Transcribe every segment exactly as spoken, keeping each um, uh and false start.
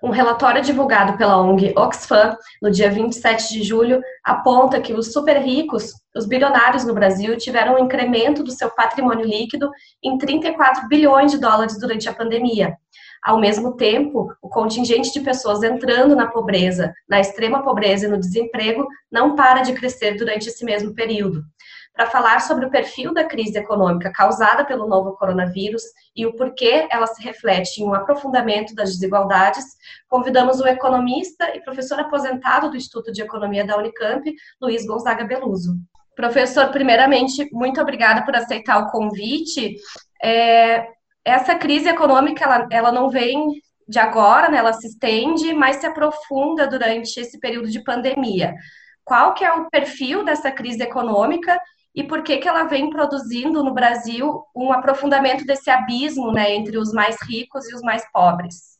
Um relatório divulgado pela O N G Oxfam no dia vinte e sete de julho aponta que os super ricos, os bilionários no Brasil, tiveram um incremento do seu patrimônio líquido em trinta e quatro bilhões de dólares durante a pandemia. Ao mesmo tempo, o contingente de pessoas entrando na pobreza, na extrema pobreza e no desemprego não para de crescer durante esse mesmo período. Para falar sobre o perfil da crise econômica causada pelo novo coronavírus e o porquê ela se reflete em um aprofundamento das desigualdades, convidamos o economista e professor aposentado do Instituto de Economia da Unicamp, Luiz Gonzaga Beluso. Professor, primeiramente, muito obrigada por aceitar o convite. É, essa crise econômica, ela, ela não vem de agora, né? Ela se estende, mas se aprofunda durante esse período de pandemia. Qual que é o perfil dessa crise econômica e por que que ela vem produzindo no Brasil um aprofundamento desse abismo, né, entre os mais ricos e os mais pobres?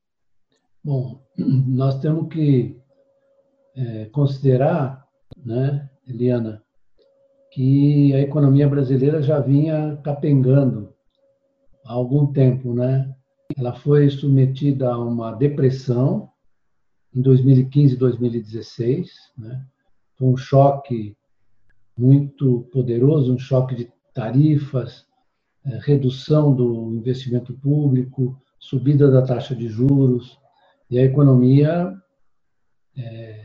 Bom, nós temos que é, considerar, né, Eliana, que a economia brasileira já vinha capengando há algum tempo, né? Ela foi submetida a uma depressão em dois mil e quinze e dois mil e dezesseis, né? Foi um choque muito poderoso, um choque de tarifas, redução do investimento público, subida da taxa de juros, e a economia é,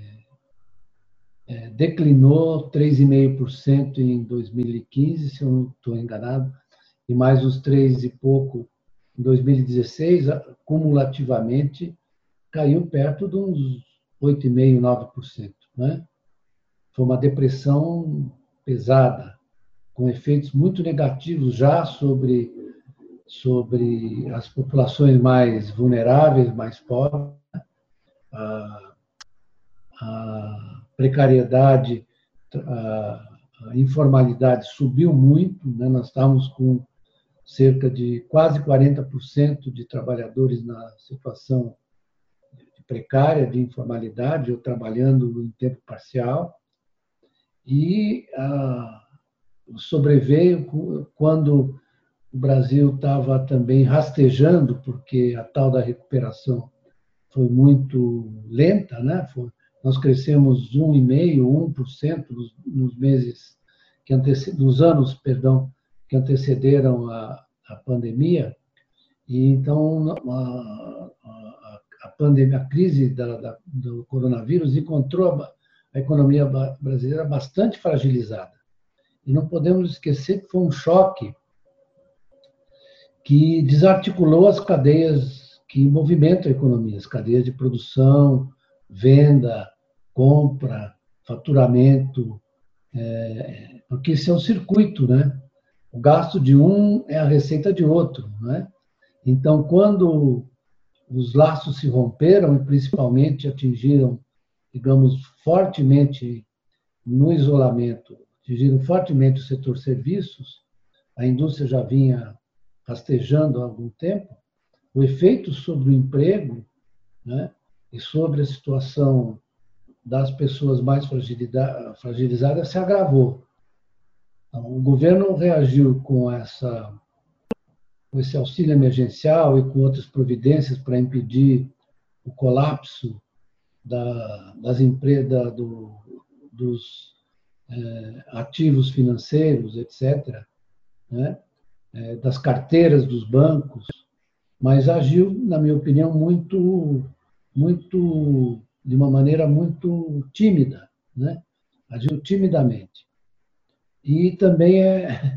é, declinou três vírgula cinco por cento em dois mil e quinze, se eu não estou enganado, e mais uns três e pouco em dois mil e dezesseis, cumulativamente caiu perto de uns oito vírgula cinco, nove por cento, né? Foi uma depressão pesada, com efeitos muito negativos já sobre, sobre as populações mais vulneráveis, mais pobres. A, a precariedade, a, a informalidade subiu muito, né? Nós estávamos com cerca de quase quarenta por cento de trabalhadores na situação precária, de informalidade, ou trabalhando em tempo parcial. E ah, sobreveio quando o Brasil estava também rastejando, porque a tal da recuperação foi muito lenta, né? Foi, nós crescemos um vírgula cinco, um por cento nos, nos meses que antecederam, nos anos, perdão, que antecederam a, a pandemia. E então a, a, a pandemia, a crise da, da, do coronavírus encontrou a, a economia brasileira bastante fragilizada. E não podemos esquecer que foi um choque que desarticulou as cadeias que movimentam a economia, as cadeias de produção, venda, compra, faturamento, é, porque isso é um circuito, né? O gasto de um é a receita de outro, né? Então, quando os laços se romperam e principalmente atingiram, digamos, fortemente no isolamento, atingiram fortemente o setor serviços, a indústria já vinha rastejando há algum tempo, o efeito sobre o emprego, né, e sobre a situação das pessoas mais fragilizadas se agravou. Então, o governo reagiu com, essa, com esse auxílio emergencial e com outras providências para impedir o colapso da, das empresas, do, dos é, ativos financeiros, etcétera, né? É, das carteiras dos bancos, mas agiu, na minha opinião, muito, muito, de uma maneira muito tímida, né? Agiu timidamente. E também é,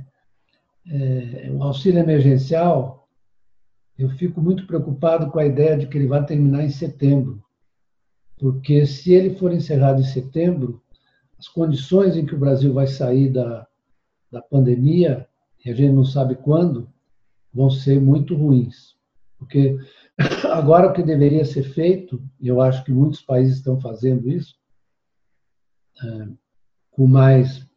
é, o auxílio emergencial, eu fico muito preocupado com a ideia de que ele vai terminar em setembro, porque se ele for encerrado em setembro, as condições em que o Brasil vai sair da, da pandemia, e a gente não sabe quando, vão ser muito ruins. Porque agora o que deveria ser feito, e eu acho que muitos países estão fazendo isso, é, com mais,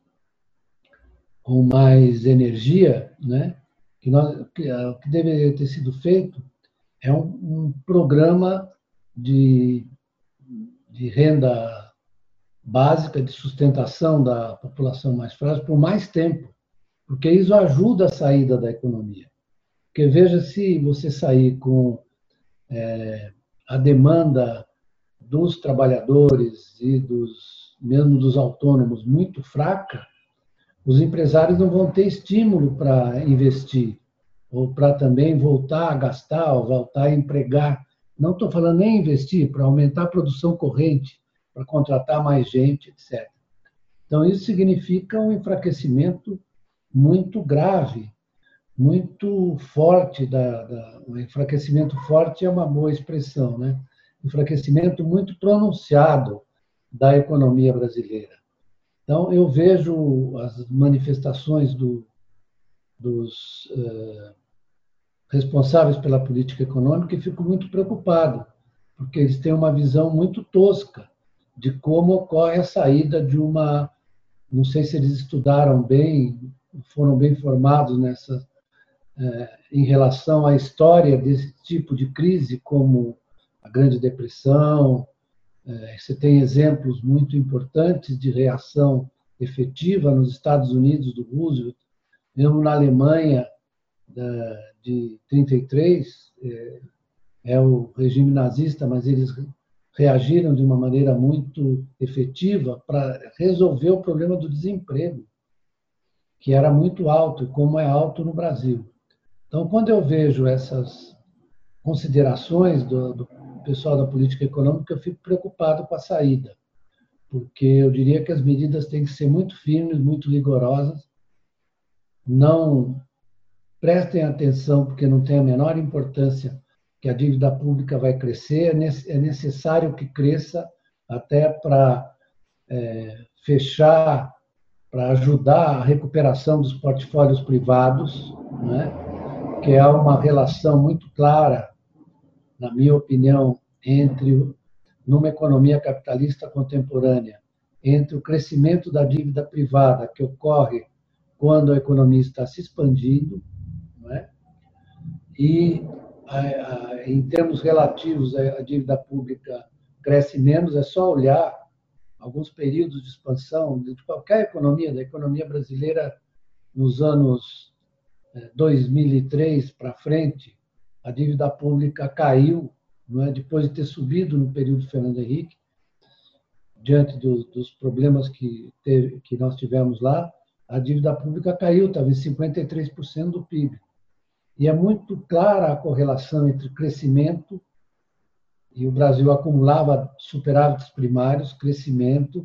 com mais energia, né? que nós, que, o que deveria ter sido feito é um, um programa de, de renda básica, de sustentação da população mais frágil por mais tempo, porque isso ajuda a saída da economia. Porque veja, se você sair com é, a demanda dos trabalhadores e dos, mesmo dos autônomos muito fraca, os empresários não vão ter estímulo para investir, ou para também voltar a gastar, ou voltar a empregar. Não estou falando nem investir, para aumentar a produção corrente, para contratar mais gente, etcétera. Então, isso significa um enfraquecimento muito grave, muito forte, da, da, um enfraquecimento forte é uma boa expressão, né? Enfraquecimento muito pronunciado da economia brasileira. Então, eu vejo as manifestações do, dos uh, responsáveis pela política econômica e fico muito preocupado, porque eles têm uma visão muito tosca de como ocorre a saída de uma... Não sei se eles estudaram bem, foram bem formados nessa, uh, em relação à história desse tipo de crise, como a Grande Depressão. Você tem exemplos muito importantes de reação efetiva nos Estados Unidos do Roosevelt, mesmo na Alemanha de trinta e três, é o regime nazista, mas eles reagiram de uma maneira muito efetiva para resolver o problema do desemprego, que era muito alto, e como é alto no Brasil. Então, quando eu vejo essas considerações do, do pessoal da política econômica, eu fico preocupado com a saída, porque eu diria que as medidas têm que ser muito firmes, muito rigorosas, não prestem atenção, porque não tem a menor importância que a dívida pública vai crescer, é necessário que cresça até para é, fechar, para ajudar a recuperação dos portfólios privados, né? Que é uma relação muito clara, na minha opinião, entre, numa economia capitalista contemporânea, entre o crescimento da dívida privada, que ocorre quando a economia está se expandindo, não é? E, a, a, em termos relativos, a dívida pública cresce menos, é só olhar alguns períodos de expansão de qualquer economia, da economia brasileira nos anos dois mil e três para frente, a dívida pública caiu, não é? Depois de ter subido no período Fernando Henrique, diante do, dos problemas que, teve, que nós tivemos lá, a dívida pública caiu, estava em cinquenta e três por cento do P I B. E é muito clara a correlação entre crescimento, e o Brasil acumulava superávites primários, crescimento,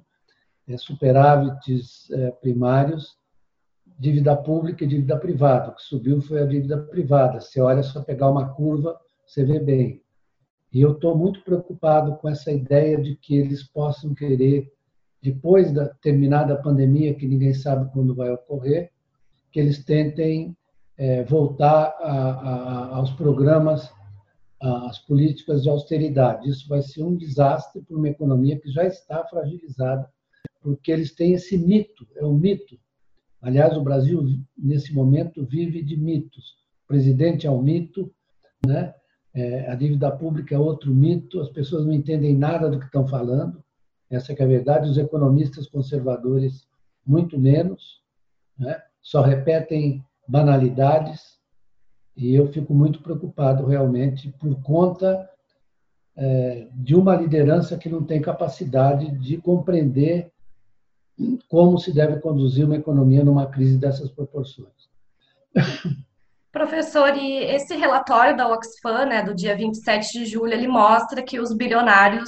superávites primários, dívida pública e dívida privada. O que subiu foi a dívida privada. Você olha, só pegar uma curva, você vê bem. E eu estou muito preocupado com essa ideia de que eles possam querer, depois da terminada a pandemia, que ninguém sabe quando vai ocorrer, que eles tentem é, voltar a, a, aos programas, às políticas de austeridade. Isso vai ser um desastre para uma economia que já está fragilizada, porque eles têm esse mito, é um mito. Aliás, o Brasil, nesse momento, vive de mitos. O presidente é um mito, né? É, a dívida pública é outro mito, as pessoas não entendem nada do que estão falando, essa é que é a verdade, os economistas conservadores, muito menos, né? Só repetem banalidades, e eu fico muito preocupado, realmente, por conta é, de uma liderança que não tem capacidade de compreender como se deve conduzir uma economia numa crise dessas proporções. Professor, e esse relatório da Oxfam, né, do dia vinte e sete de julho, ele mostra que os bilionários,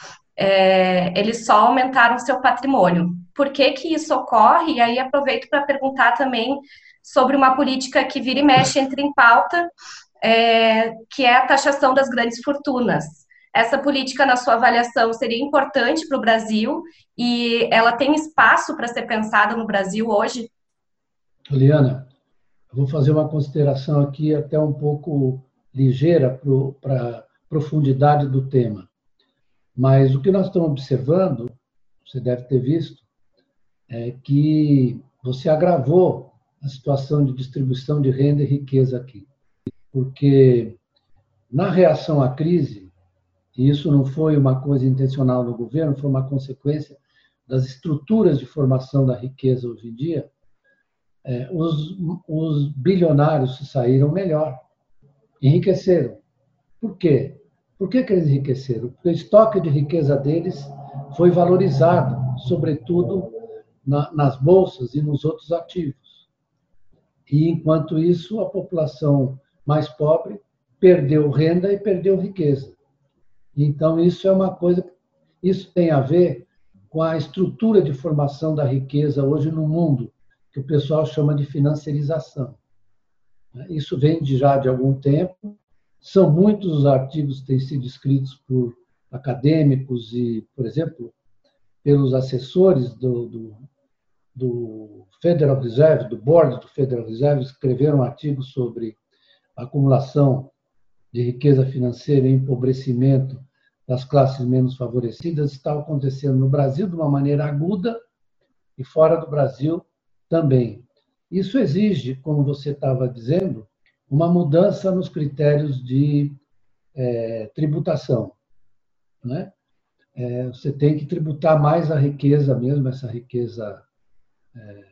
é, eles só aumentaram seu patrimônio. Por que que isso ocorre? E aí aproveito para perguntar também sobre uma política que vira e mexe entra em pauta, é, que é a taxação das grandes fortunas. Essa política, na sua avaliação, seria importante para o Brasil e ela tem espaço para ser pensada no Brasil hoje? Juliana, eu vou fazer uma consideração aqui até um pouco ligeira para a profundidade do tema. Mas o que nós estamos observando, você deve ter visto, é que você agravou a situação de distribuição de renda e riqueza aqui. Porque na reação à crise, e isso não foi uma coisa intencional do governo, foi uma consequência das estruturas de formação da riqueza hoje em dia, é, os, os bilionários se saíram melhor, enriqueceram. Por quê? Por que que eles enriqueceram? Porque o estoque de riqueza deles foi valorizado, sobretudo na, nas bolsas e nos outros ativos. E, enquanto isso, a população mais pobre perdeu renda e perdeu riqueza. Então, isso é uma coisa, isso tem a ver com a estrutura de formação da riqueza hoje no mundo, que o pessoal chama de financiarização. Isso vem de já de algum tempo, são muitos os artigos que têm sido escritos por acadêmicos e, por exemplo, pelos assessores do, do, do Federal Reserve, do Board do Federal Reserve, escreveram artigos sobre a acumulação de riqueza financeira e empobrecimento das classes menos favorecidas. Está acontecendo no Brasil de uma maneira aguda e fora do Brasil também. Isso exige, como você estava dizendo, uma mudança nos critérios de é, tributação, né? É, você tem que tributar mais a riqueza mesmo, essa riqueza é,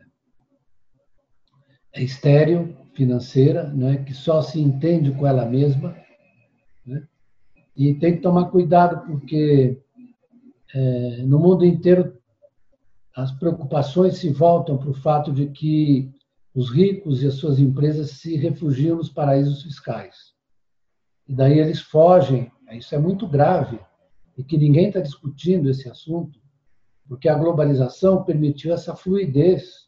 é estéril, financeira, né? Que só se entende com ela mesma, né? E tem que tomar cuidado, porque é, no mundo inteiro as preocupações se voltam para o fato de que os ricos e as suas empresas se refugiam nos paraísos fiscais. E daí eles fogem, isso é muito grave, e que ninguém está discutindo esse assunto, porque a globalização permitiu essa fluidez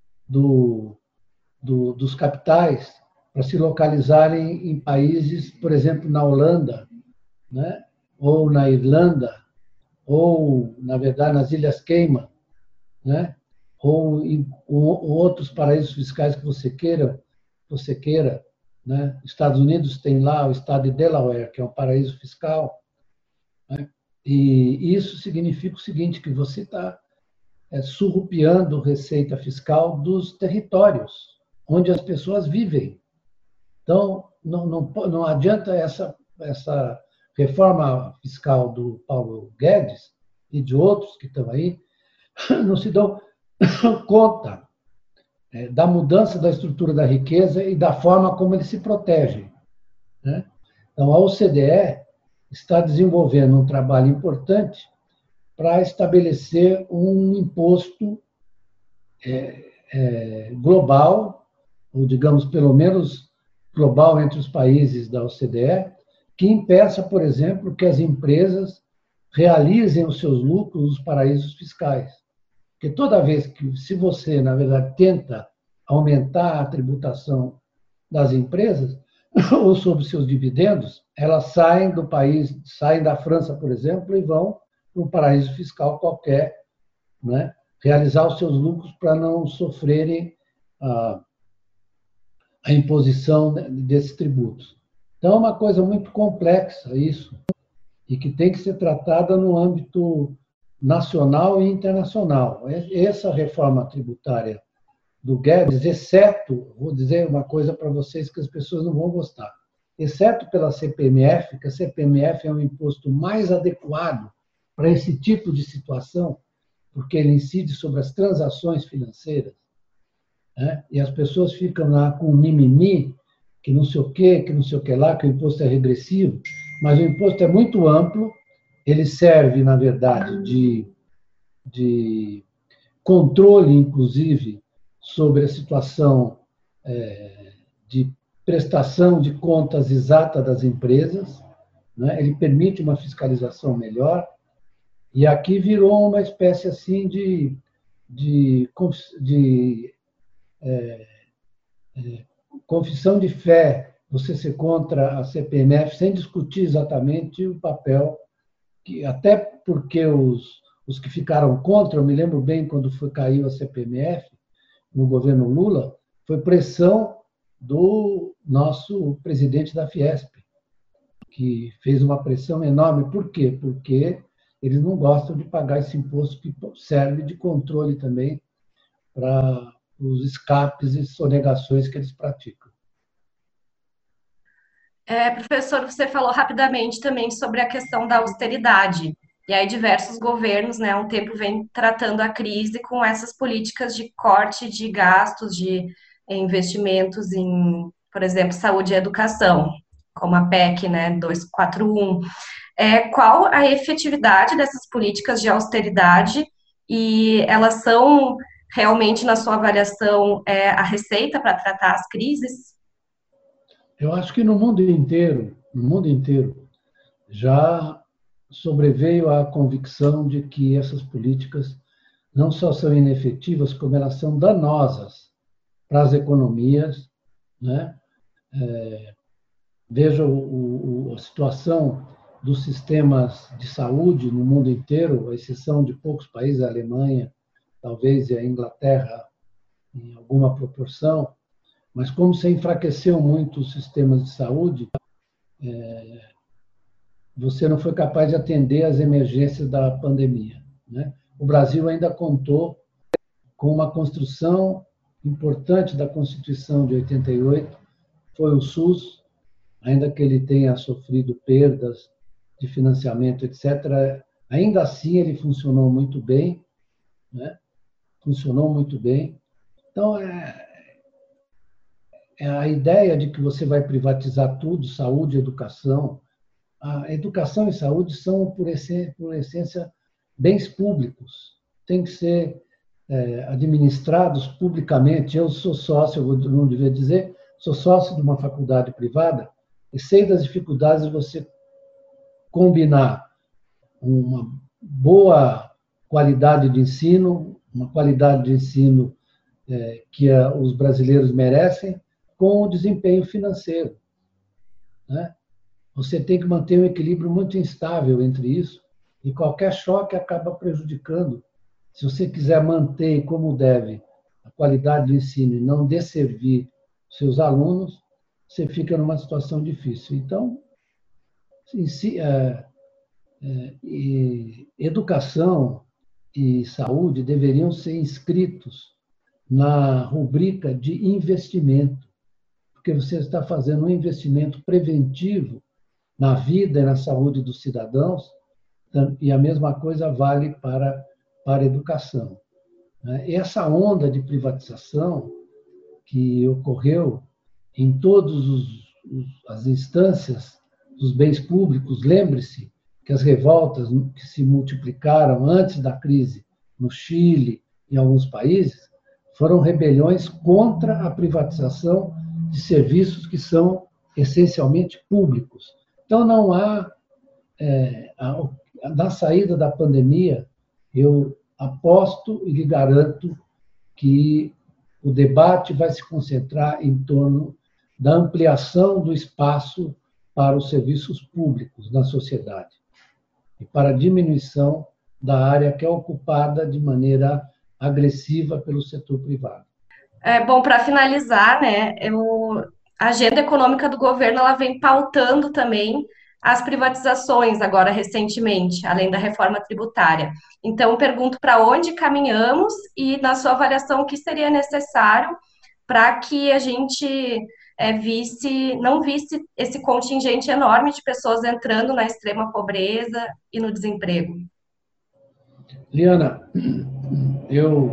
do, do, dos capitais para se localizarem em países, por exemplo, na Holanda, né? Ou na Irlanda, ou, na verdade, nas Ilhas Cayman, né? Ou em ou outros paraísos fiscais que você queira, você queira, né? Estados Unidos tem lá o estado de Delaware, que é um paraíso fiscal, né? E isso significa o seguinte, que você está é, surrupiando receita fiscal dos territórios onde as pessoas vivem. Então, não, não, não adianta essa, essa reforma fiscal do Paulo Guedes e de outros que estão aí, não se dão conta é, da mudança da estrutura da riqueza e da forma como eles se protegem, né? Então, a O C D E está desenvolvendo um trabalho importante para estabelecer um imposto é, é, global, ou digamos, pelo menos global entre os países da O C D E, que impeça, por exemplo, que as empresas realizem os seus lucros nos paraísos fiscais. Porque toda vez que, se você, na verdade, tenta aumentar a tributação das empresas, ou sobre seus dividendos, elas saem do país, saem da França, por exemplo, e vão para um paraíso fiscal qualquer, né? Realizar os seus lucros para não sofrerem a, a imposição desses tributos. Então, é uma coisa muito complexa isso, e que tem que ser tratada no âmbito nacional e internacional. Essa reforma tributária do Guedes, exceto, vou dizer uma coisa para vocês que as pessoas não vão gostar, exceto pela C P M F, que a C P M F é um imposto mais adequado para esse tipo de situação, porque ele incide sobre as transações financeiras, né? E as pessoas ficam lá com mimimi, que não sei o quê, que não sei o que lá, que o imposto é regressivo, mas o imposto é muito amplo, ele serve, na verdade, de, de controle, inclusive, sobre a situação é, de prestação de contas exata das empresas, né? Ele permite uma fiscalização melhor, e aqui virou uma espécie assim de, de, de é, é, confissão de fé, você ser contra a C P M F, sem discutir exatamente o papel, que, até porque os, os que ficaram contra, eu me lembro bem quando foi, caiu a C P M F, no governo Lula, foi pressão do nosso presidente da Fiesp, que fez uma pressão enorme. Por quê? Porque eles não gostam de pagar esse imposto que serve de controle também para os escapes e sonegações que eles praticam. É, professor, você falou rapidamente também sobre a questão da austeridade. E aí diversos governos, né, há um tempo vêm tratando a crise com essas políticas de corte de gastos, de investimentos em, por exemplo, saúde e educação. como a P E C, né, duzentos e quarenta e um. É, qual a efetividade dessas políticas de austeridade e elas são realmente, na sua avaliação, é, a receita para tratar as crises? Eu acho que no mundo inteiro, no mundo inteiro, já sobreveio a convicção de que essas políticas não só são inefetivas, como elas são danosas para as economias, né? É, veja o, o, a situação dos sistemas de saúde no mundo inteiro, à exceção de poucos países, a Alemanha, talvez e a Inglaterra em alguma proporção, mas como se enfraqueceu muito os sistemas de saúde, é, você não foi capaz de atender às emergências da pandemia, né? O Brasil ainda contou com uma construção importante da Constituição de oitenta e oito, foi o SUS, ainda que ele tenha sofrido perdas de financiamento, etcétera, ainda assim ele funcionou muito bem, né? Funcionou muito bem. Então, é, é a ideia de que você vai privatizar tudo, saúde, educação. A educação e saúde são, por essência, por essência bens públicos. Tem que ser é, administrados publicamente. Eu sou sócio, eu não devia dizer, sou sócio de uma faculdade privada e sei das dificuldades de você combinar uma boa qualidade de ensino, uma qualidade de ensino é, que a, os brasileiros merecem, com o desempenho financeiro, né? Você tem que manter um equilíbrio muito instável entre isso e qualquer choque acaba prejudicando. Se você quiser manter como deve a qualidade do ensino e não desservir seus alunos, você fica numa situação difícil. Então, si, é, é, e educação e saúde deveriam ser inscritos na rubrica de investimento, porque você está fazendo um investimento preventivo na vida e na saúde dos cidadãos, e a mesma coisa vale para, para a educação. Essa onda de privatização que ocorreu em todas as instâncias dos bens públicos, lembre-se que as revoltas que se multiplicaram antes da crise no Chile, em alguns países, foram rebeliões contra a privatização de serviços que são essencialmente públicos. Então, não há, é, a, na saída da pandemia, eu aposto e lhe garanto que o debate vai se concentrar em torno da ampliação do espaço para os serviços públicos na sociedade e para a diminuição da área que é ocupada de maneira agressiva pelo setor privado. É, bom, para finalizar, né, eu, a agenda econômica do governo ela vem pautando também as privatizações agora recentemente, além da reforma tributária. Então, pergunto para onde caminhamos e, na sua avaliação, o que seria necessário para que a gente é, visse, não visse esse contingente enorme de pessoas entrando na extrema pobreza e no desemprego. Liana, eu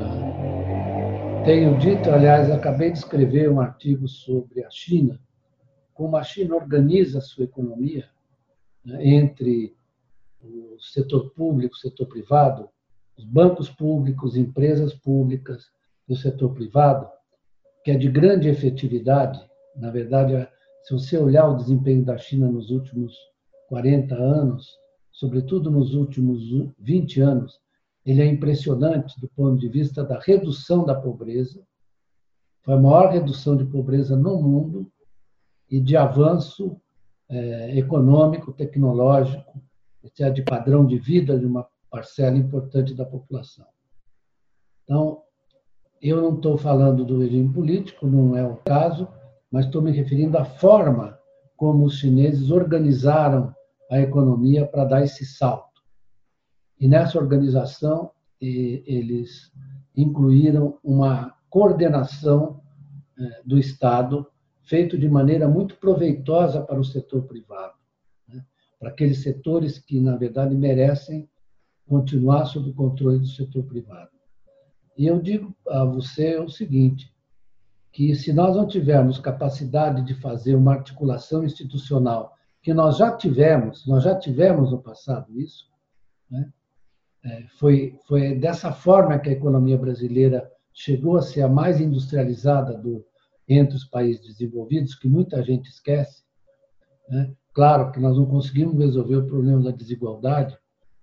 uh, tenho dito, aliás, acabei de escrever um artigo sobre a China, como a China organiza a sua economia, né, entre o setor público, o setor privado, os bancos públicos, empresas públicas e o setor privado, que é de grande efetividade. Na verdade, se você olhar o desempenho da China nos últimos quarenta anos, sobretudo nos últimos vinte anos, ele é impressionante do ponto de vista da redução da pobreza. Foi a maior redução de pobreza no mundo e de avanço eh, econômico, tecnológico, de padrão de vida de uma parcela importante da população. Então, eu não estou falando do regime político, não é o caso, mas estou me referindo à forma como os chineses organizaram a economia para dar esse salto. E nessa organização, eles incluíram uma coordenação do Estado feito de maneira muito proveitosa para o setor privado, né? Para aqueles setores que, na verdade, merecem continuar sob o controle do setor privado. E eu digo a você o seguinte, que se nós não tivermos capacidade de fazer uma articulação institucional, que nós já tivemos, nós já tivemos no passado isso, né? É, foi, foi dessa forma que a economia brasileira chegou a ser a mais industrializada do, entre os países desenvolvidos, que muita gente esquece, né? Claro que nós não conseguimos resolver o problema da desigualdade,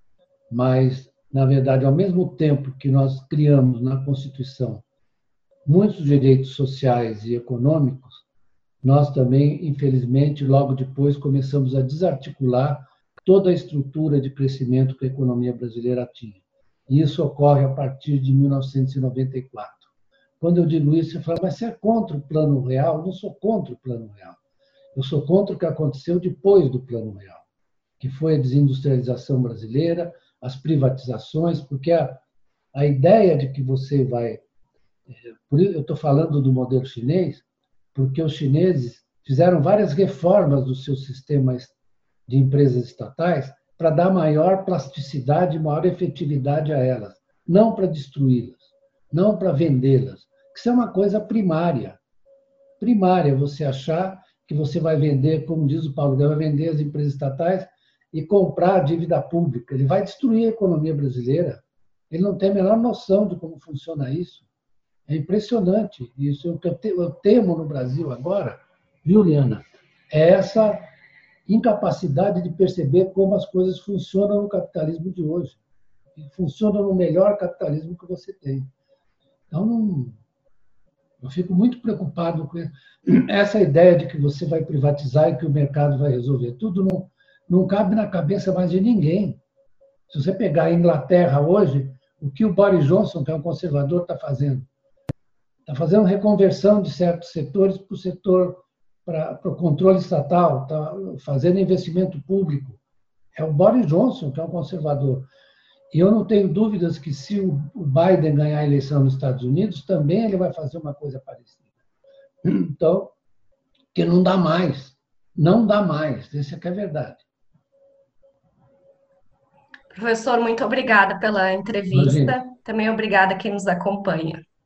mas, na verdade, ao mesmo tempo que nós criamos na Constituição muitos direitos sociais e econômicos, nós também, infelizmente, logo depois começamos a desarticular toda a estrutura de crescimento que a economia brasileira tinha. E isso ocorre a partir de mil novecentos e noventa e quatro. Quando eu digo isso, você fala, mas você é contra o Plano Real? Eu não sou contra o Plano Real. Eu sou contra o que aconteceu depois do Plano Real, que foi a desindustrialização brasileira, as privatizações, porque a, a ideia de que você vai... Por isso eu estou falando do modelo chinês, porque os chineses fizeram várias reformas dos seus sistemas de empresas estatais para dar maior plasticidade, maior efetividade a elas, não para destruí-las, não para vendê-las. Isso é uma coisa primária. Primária, você achar que você vai vender, como diz o Paulo Guedes, vai vender as empresas estatais e comprar a dívida pública. Ele vai destruir a economia brasileira. Ele não tem a menor noção de como funciona isso. É impressionante. Isso é o que eu temo no Brasil agora, viu, Liana? É essa incapacidade de perceber como as coisas funcionam no capitalismo de hoje. Funcionam no melhor capitalismo que você tem. Então, não, eu fico muito preocupado com essa ideia de que você vai privatizar e que o mercado vai resolver tudo. Não, não cabe na cabeça mais de ninguém. Se você pegar a Inglaterra hoje, o que o Boris Johnson, que é um conservador, está fazendo? Está fazendo reconversão de certos setores para o setor, para o controle estatal, está fazendo investimento público. É o Boris Johnson, que é um conservador. E eu não tenho dúvidas que, se o Biden ganhar a eleição nos Estados Unidos, também ele vai fazer uma coisa parecida. Então, que não dá mais. Não dá mais. Isso é que é verdade. Professor, muito obrigada pela entrevista. Imagina. Também obrigada a quem nos acompanha.